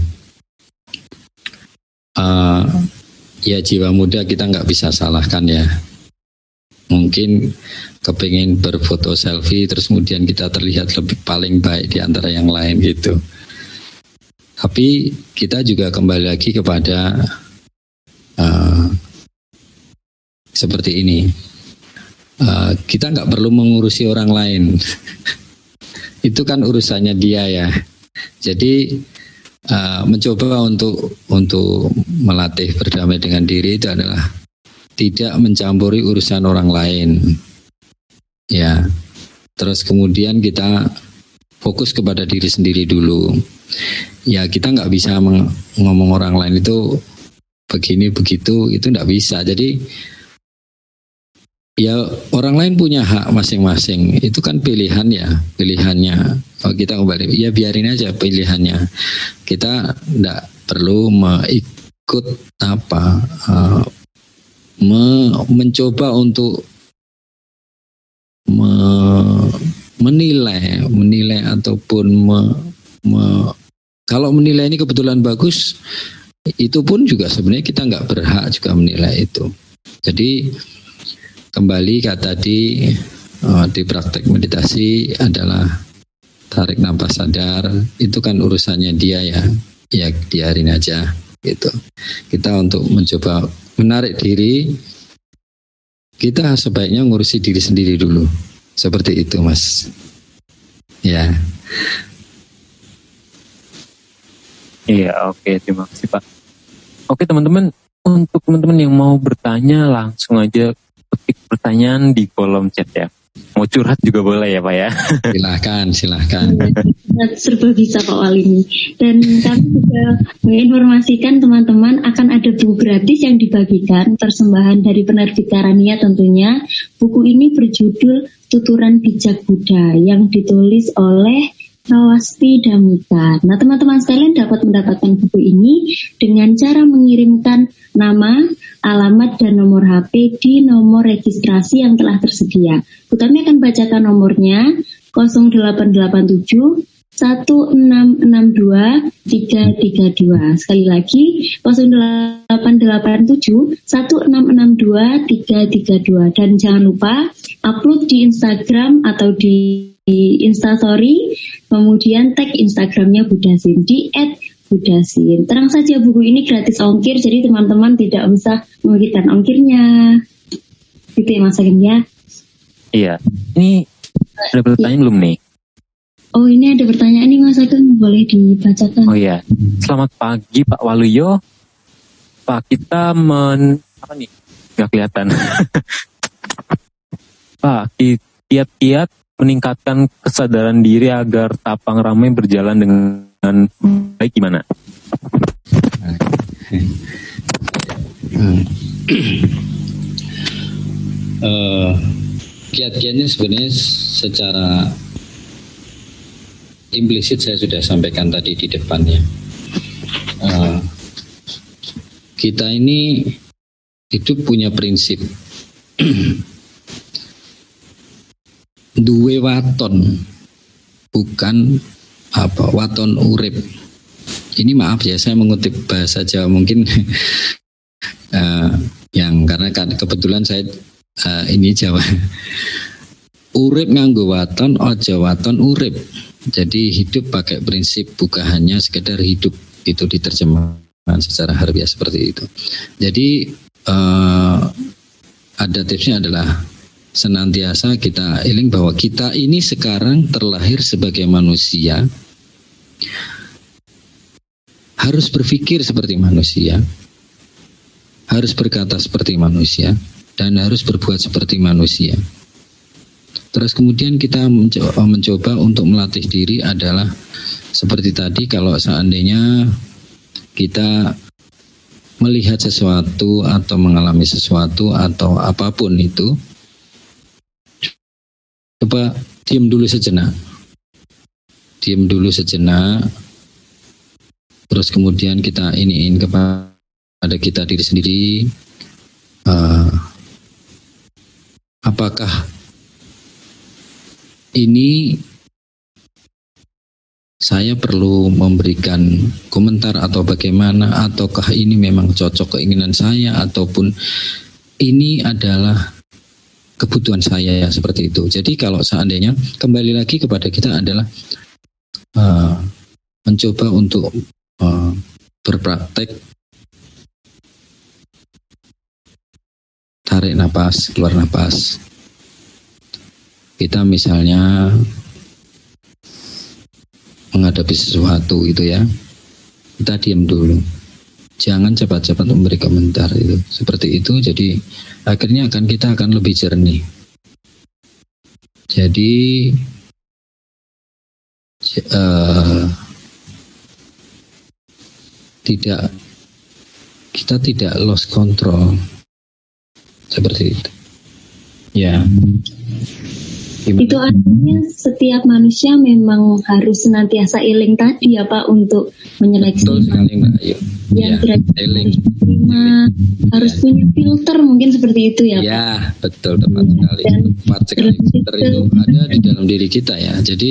Uh, ya jiwa muda kita nggak bisa salahkan ya. Mungkin kepingin berfoto selfie terus kemudian kita terlihat lebih paling baik di antara yang lain gitu. Tapi kita juga kembali lagi kepada uh, seperti ini. Uh, kita nggak perlu mengurusi orang lain. Itu kan urusannya dia ya. Jadi uh, mencoba untuk untuk melatih berdamai dengan diri itu adalah tidak mencampuri urusan orang lain. Ya, terus kemudian kita fokus kepada diri sendiri dulu. Ya, kita nggak bisa meng- ngomong orang lain itu begini begitu, itu nggak bisa. Jadi ya orang lain punya hak masing-masing. Itu kan pilihan ya, pilihannya. Oh, kita kembali, ya biarin aja pilihannya. Kita nggak perlu mengikut apa. Uh, mencoba untuk me, menilai menilai ataupun me, me, kalau menilai ini kebetulan bagus, itu pun juga sebenarnya kita nggak berhak juga menilai itu. Jadi kembali kata tadi uh, di praktek meditasi adalah tarik nafas sadar, itu kan urusannya dia ya, ya biarin aja gitu. Kita untuk mencoba menarik diri, kita sebaiknya ngurusi diri sendiri dulu. Seperti itu Mas. Ya. Iya, oke, terima kasih Pak. Oke teman-teman, untuk teman-teman yang mau bertanya langsung aja ketik pertanyaan di kolom chat ya. Mau curhat juga boleh ya Pak ya. Silahkan, silahkan. Serba bisa Pak Wali. Dan kami juga menginformasikan teman-teman akan ada buku gratis yang dibagikan, persembahan dari penerbit Karania tentunya. Buku ini berjudul Tuturan Bijak Buddha yang ditulis oleh Kawasti Damika. Nah teman-teman sekalian dapat mendapatkan buku ini dengan cara mengirimkan nama, alamat, dan nomor H P di nomor registrasi yang telah tersedia. Kami akan bacakan nomornya nol delapan delapan tujuh satu enam enam dua tiga tiga dua. Sekali lagi nol delapan delapan tujuh satu enam enam dua tiga tiga dua. Dan jangan lupa upload di Instagram atau di di Instastory, kemudian tag Instagramnya Budasin di et budasin. Tenang saja, buku ini gratis ongkir, jadi teman-teman tidak usah memikirkan ongkirnya. Gitu ya Mas Ageng ya? Iya, ini ada pertanyaan ya. Belum nih? Oh ini ada pertanyaan nih Mas Ageng, boleh dibacakan. Oh iya, selamat pagi Pak Waluyo. Pak, kita men... apa nih? Gak kelihatan. Pak, kiat-kiat meningkatkan kesadaran diri agar tapang ramai berjalan dengan baik gimana? uh, kiat-kiatnya sebenarnya secara implisit saya sudah sampaikan tadi di depannya. Uh, kita ini hidup punya prinsip duwe waton, bukan apa waton urip. Ini maaf ya, saya mengutip bahasa Jawa mungkin uh, yang karena kebetulan saya uh, ini Jawa. Urip nganggo waton, ojo waton urip. Jadi hidup pakai prinsip bukan hanya sekedar hidup, itu diterjemahkan secara harfiah seperti itu. Jadi uh, ada tipsnya adalah senantiasa kita eling bahwa kita ini sekarang terlahir sebagai manusia, harus berpikir seperti manusia, harus berkata seperti manusia, dan harus berbuat seperti manusia. Terus kemudian kita mencoba, mencoba untuk melatih diri adalah seperti tadi, kalau seandainya kita melihat sesuatu atau mengalami sesuatu atau apapun itu, coba diam dulu sejenak, diam dulu sejenak, terus kemudian kita iniin kepada kita diri sendiri, uh, apakah ini saya perlu memberikan komentar atau bagaimana, ataukah ini memang cocok keinginan saya, ataupun ini adalah kebutuhan saya, ya seperti itu. Jadi kalau seandainya kembali lagi kepada kita adalah uh, mencoba untuk uh, berpraktek tarik napas, keluar napas. Kita misalnya menghadapi sesuatu itu ya, kita diam dulu, jangan cepat-cepat memberi komentar itu, seperti itu. Jadi akhirnya akan kita akan lebih jernih. Jadi uh, tidak kita tidak lost control seperti itu. Ya. Gimana? Itu artinya setiap manusia memang harus senantiasa eling tadi ya Pak, untuk menyeleksi. Betul sekali Mbak Ayu. Yang ya, kira-kira eling. Terima, harus ya. Punya filter mungkin seperti itu ya Pak. Ya betul, tepat ya, sekali. Tepat sekali. Filter itu ada di dalam diri kita ya. Jadi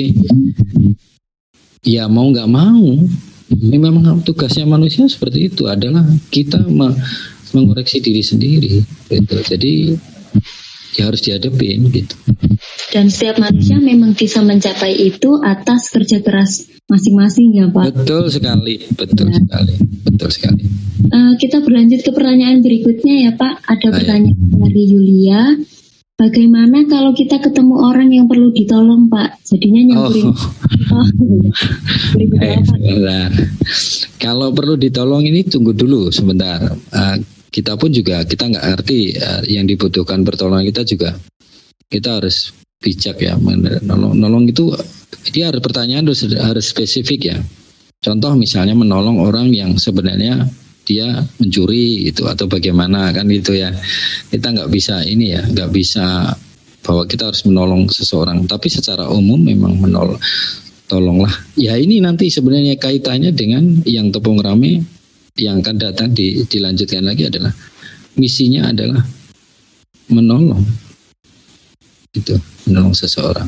ya mau nggak mau, ini memang tugasnya manusia seperti itu, adalah kita me- mengoreksi diri sendiri. Gitu. Jadi ya harus dihadapin gitu. Dan setiap manusia memang bisa mencapai itu atas kerja keras masing-masing ya Pak. Betul sekali, betul ya. sekali, betul sekali. Uh, kita berlanjut ke pertanyaan berikutnya ya Pak. Ada Baik. Pertanyaan dari Yulia. Bagaimana kalau kita ketemu orang yang perlu ditolong Pak? Jadinya nyamperin. Oh. oh. eh, sebentar. Kalau perlu ditolong ini tunggu dulu sebentar. Uh, kita pun juga kita nggak ngerti uh, yang dibutuhkan pertolongan kita juga. Kita harus bijak ya, menolong, nolong itu dia harus pertanyaan harus, harus spesifik ya. Contoh misalnya menolong orang yang sebenarnya dia mencuri itu atau bagaimana kan gitu ya. Kita nggak bisa ini ya, nggak bisa bahwa kita harus menolong seseorang. Tapi secara umum memang menolong, tolonglah. Ya ini nanti sebenarnya kaitannya dengan yang tepung rame yang akan datang di, dilanjutkan lagi adalah misinya adalah menolong. Itu menolong seseorang.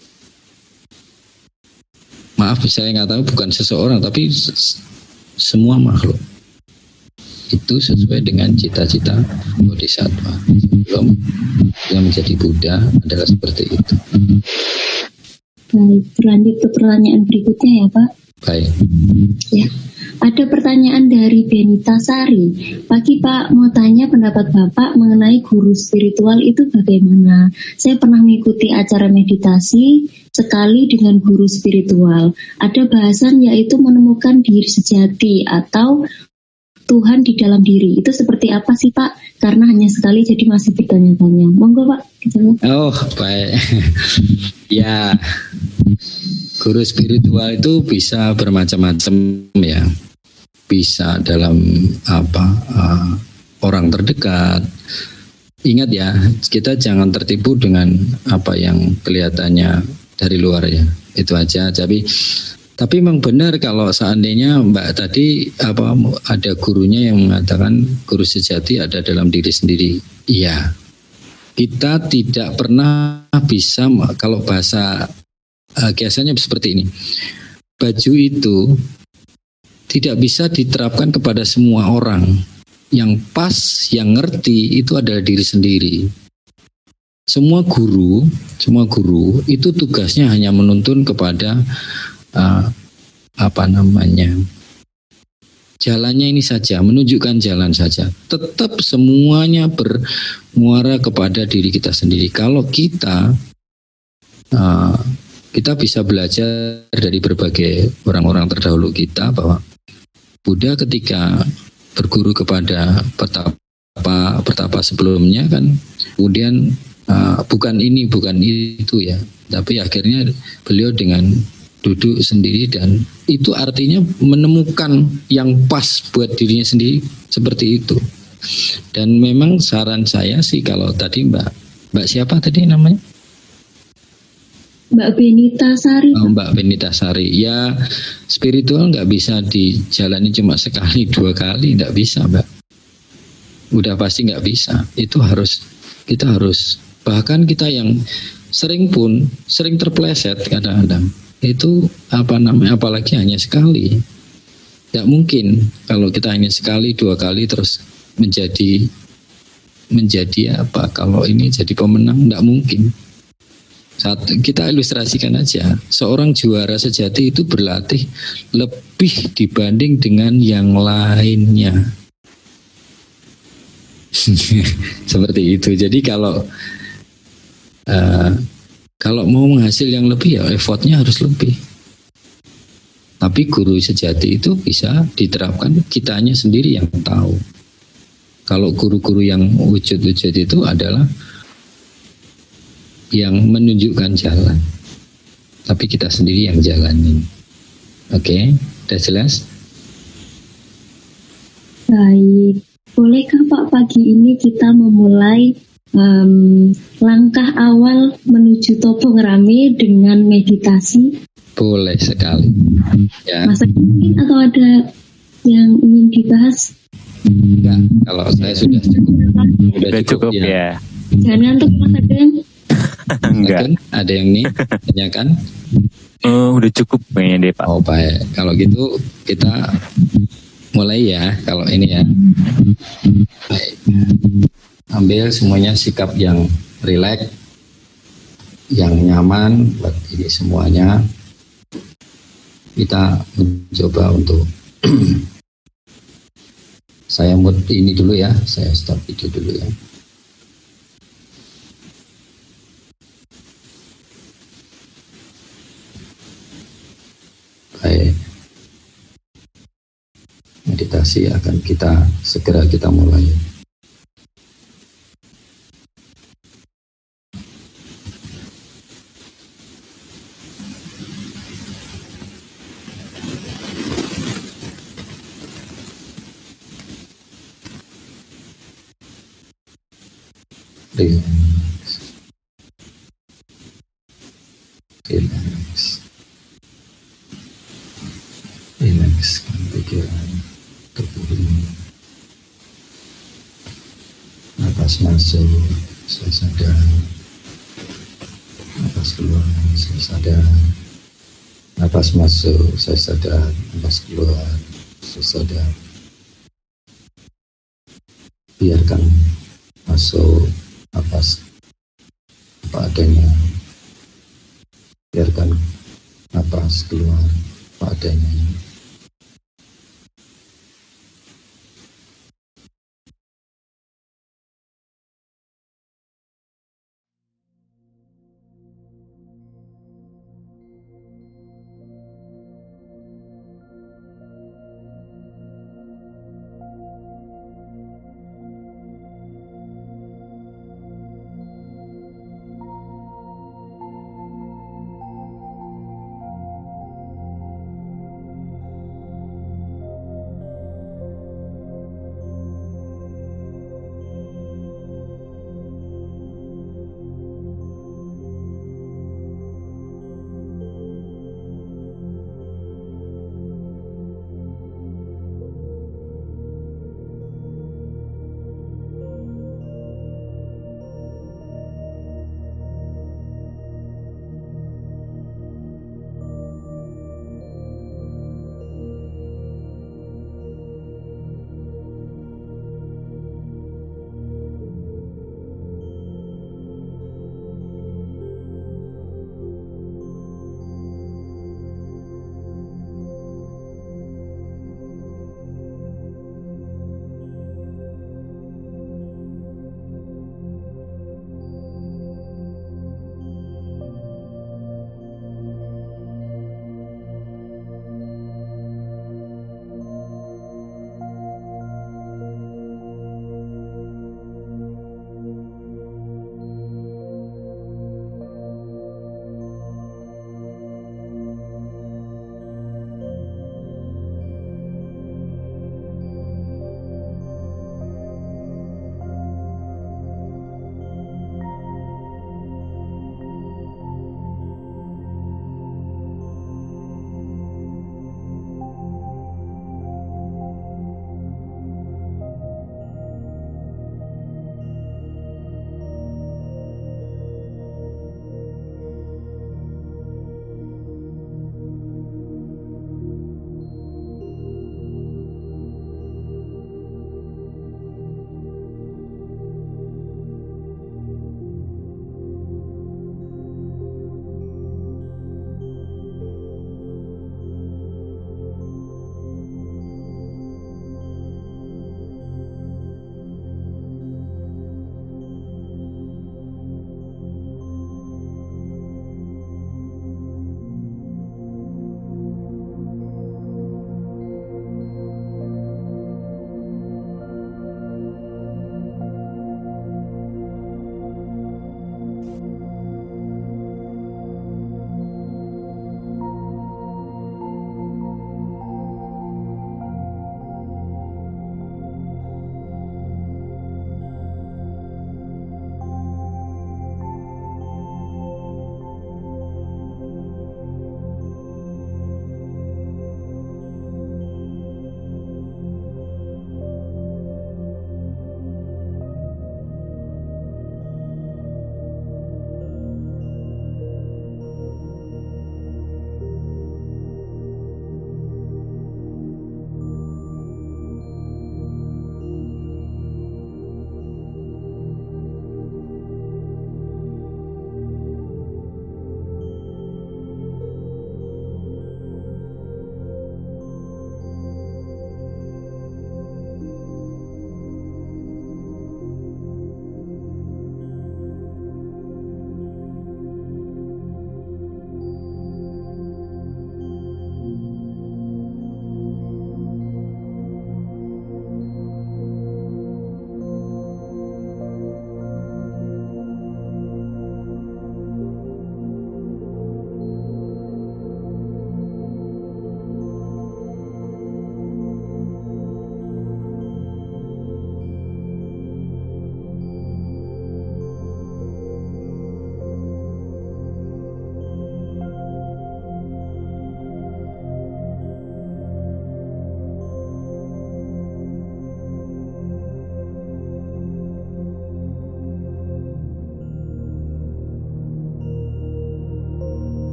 Maaf saya nggak tahu bukan seseorang tapi semua makhluk itu sesuai dengan cita-cita bodhisattva sebelum dia menjadi Buddha adalah seperti itu. Baik, berlanjut ke pertanyaan berikutnya ya Pak. Baik. Ya, ada pertanyaan dari Benita Sari. Pagi Pak, mau tanya pendapat Bapak mengenai guru spiritual itu bagaimana? Saya pernah mengikuti acara meditasi sekali dengan guru spiritual. Ada bahasan yaitu menemukan diri sejati atau Tuhan di dalam diri. Itu seperti apa sih Pak? Karena hanya sekali jadi masih bertanya-tanya. Monggo Pak. Oh baik. Ya, guru spiritual itu bisa bermacam-macam ya. Bisa dalam apa uh, orang terdekat. Ingat ya, kita jangan tertipu dengan apa yang kelihatannya dari luar ya. itu aja. Tapi tapi memang benar kalau seandainya Mbak tadi apa ada gurunya yang mengatakan guru sejati ada dalam diri sendiri. Iya. Kita tidak pernah bisa, kalau bahasa uh, biasanya seperti ini. Baju itu tidak bisa diterapkan kepada semua orang. Yang pas, yang ngerti itu adalah diri sendiri. Semua guru, semua guru itu tugasnya hanya menuntun kepada uh, apa namanya jalannya ini saja, menunjukkan jalan saja. Tetap semuanya bermuara kepada diri kita sendiri. Kalau kita uh, kita bisa belajar dari berbagai orang-orang terdahulu kita bahwa Buddha ketika berguru kepada petapa petapa sebelumnya kan, kemudian uh, bukan ini bukan itu ya, tapi akhirnya beliau dengan duduk sendiri dan itu artinya menemukan yang pas buat dirinya sendiri seperti itu. Dan memang saran saya sih kalau tadi Mbak Mbak siapa tadi namanya? Mbak Benita Sari. Oh, Mbak Benita Sari. Ya spiritual nggak bisa dijalani cuma sekali dua kali, nggak bisa Mbak. Udah pasti nggak bisa. Itu harus kita harus bahkan kita yang sering pun sering terpleset kadang-kadang. Itu apa namanya apalagi hanya sekali, tidak mungkin kalau kita hanya sekali dua kali terus menjadi menjadi apa kalau ini jadi pemenang, tidak mungkin. Saat kita ilustrasikan aja, seorang juara sejati itu berlatih lebih dibanding dengan yang lainnya. Seperti itu. Jadi kalau uh, kalau mau menghasil yang lebih ya effortnya harus lebih. Tapi guru sejati itu bisa diterapkan kitanya sendiri yang tahu. Kalau guru-guru yang wujud-wujud itu adalah yang menunjukkan jalan. Tapi kita sendiri yang jalanin. Oke, udah jelas? Baik, bolehkah Pak pagi ini kita memulai Um, langkah awal menuju Topo Ngerame dengan meditasi? Boleh sekali. Ya. Mas Ageng mungkin atau ada yang ingin dibahas? Enggak, kalau saya sudah cukup. Sudah cukup, cukup ya. ya. Jangan ngantuk Mas Ageng. Enggak. Ada yang nih tanyakan? Oh, udah cukup kayaknya deh Pak. Oh baik, kalau gitu kita mulai ya. Kalau ini ya. Baik. Ambil semuanya sikap yang rileks, yang nyaman buat ini semuanya. Kita mencoba untuk saya mood ini dulu ya, saya stop video dulu ya. Baik, meditasi akan kita segera kita mulai. Relax, relax, relaxkan pikiran, tubuh ini. Napas masuk, saya sadar. Napas keluar, saya sadar. Napas masuk, saya sadar. Napas keluar, saya sadar. Biarkan masuk napas apa adanya, biarkan napas keluar apa adanya.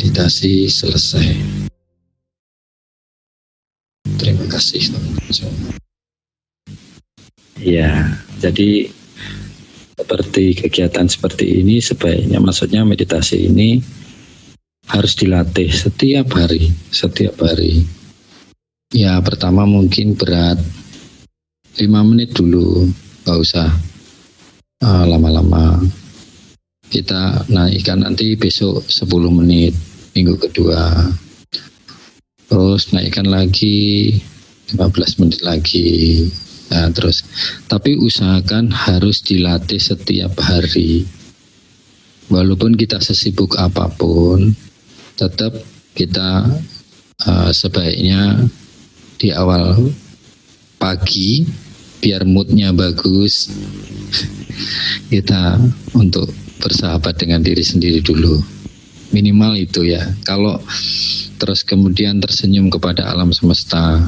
meditasi selesai. Terima kasih teman-teman. Ya, jadi seperti kegiatan seperti ini sebaiknya, maksudnya meditasi ini harus dilatih setiap hari, setiap hari. Ya, pertama mungkin berat, lima menit dulu, gak usah uh, lama-lama. Kita naikkan nanti besok sepuluh menit, minggu kedua. Terus naikkan lagi lima belas menit lagi. Nah, terus, tapi usahakan harus dilatih setiap hari. Walaupun kita sesibuk apapun, tetap kita uh, sebaiknya di awal pagi, biar moodnya bagus, kita untuk bersahabat dengan diri sendiri dulu. Minimal itu ya. Kalau terus kemudian tersenyum kepada alam semesta,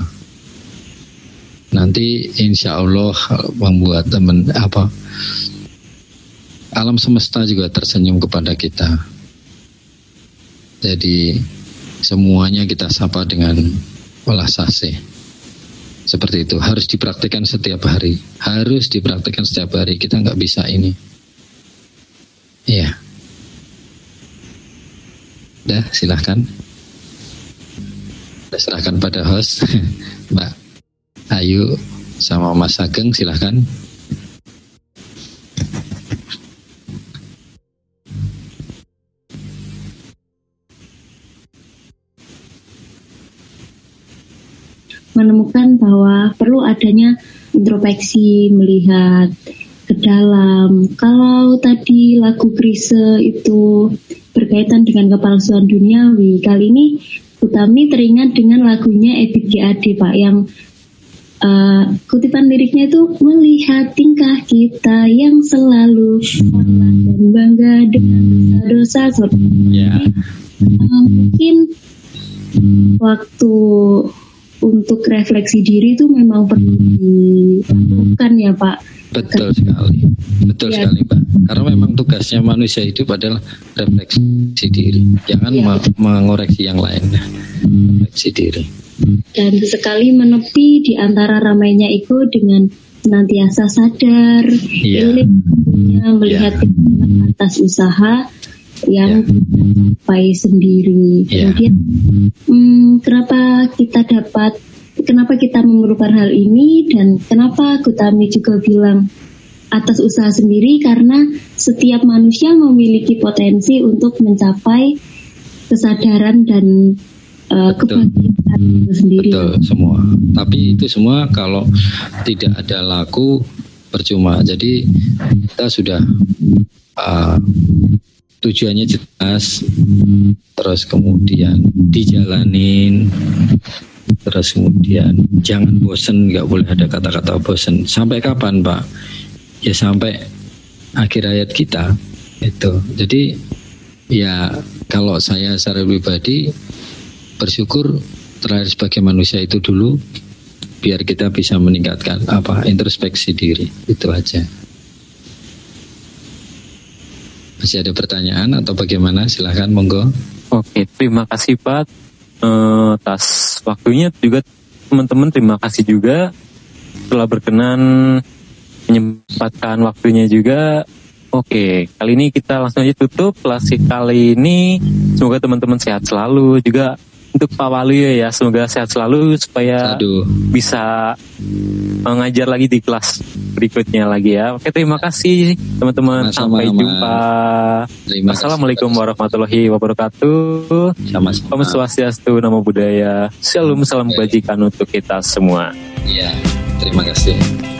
nanti insya Allah membuat teman apa alam semesta juga tersenyum kepada kita. Jadi semuanya kita sapa dengan welas asih. Seperti itu, harus dipraktikkan setiap hari. Harus dipraktikkan setiap hari. Kita nggak bisa ini. Iya. Dah, silahkan. Saya serahkan pada host, Mbak Ayu sama Mas Ageng, silahkan. Menemukan bahwa perlu adanya introspeksi, melihat ke dalam. Kalau tadi lagu Krisye itu berkaitan dengan kepalsuan duniawi, kali ini Utami teringat dengan lagunya Ebit G Ade, Pak, yang uh, kutipan liriknya itu melihat tingkah kita yang selalu salah dan bangga dengan dosa-dosa. Yeah. Uh, mungkin waktu untuk refleksi diri itu memang perlu dilakukan ya, Pak. Betul sekali, betul ya. sekali Pak. Karena memang tugasnya manusia hidup adalah refleksi diri, jangan ya. me- mengoreksi yang lain, refleksi diri. Dan sekali menepi di antara ramainya itu dengan senantiasa sadar, ya. melihat ya. atas usaha yang ya. kita capai sendiri. ya. Kemudian, hmm, kenapa kita dapat Kenapa kita memerlukan hal ini, dan kenapa Gutami juga bilang atas usaha sendiri, karena setiap manusia memiliki potensi untuk mencapai kesadaran dan uh, kebahagiaan itu sendiri. Betul semua. Tapi itu semua kalau tidak ada laku percuma. Jadi kita sudah uh, tujuannya jelas, terus kemudian dijalanin. Terus kemudian jangan bosen, nggak boleh ada kata-kata bosen. Sampai kapan Pak? Ya sampai akhir hayat kita itu. Jadi ya kalau saya secara pribadi bersyukur terakhir sebagai manusia itu dulu, biar kita bisa meningkatkan apa introspeksi diri, itu aja. Masih ada pertanyaan atau bagaimana? Silahkan monggo. Oke, terima kasih Pak. Uh, atas waktunya juga teman-teman, terima kasih juga telah berkenan menyempatkan waktunya juga. Oke, kali ini kita langsung aja tutup kelas kali ini. Semoga teman-teman sehat selalu. Juga untuk Pak Waluyo ya, semoga sehat selalu supaya Aduh. bisa mengajar lagi di kelas berikutnya lagi ya. Oke, terima kasih teman-teman. Sama-sama. Sampai jumpa. Terima Assalamualaikum kasih. warahmatullahi wabarakatuh. Sama-sama. Om Swastiastu, Namo Buddhaya. Shalom, salam kebajikan untuk kita semua. Iya, terima kasih.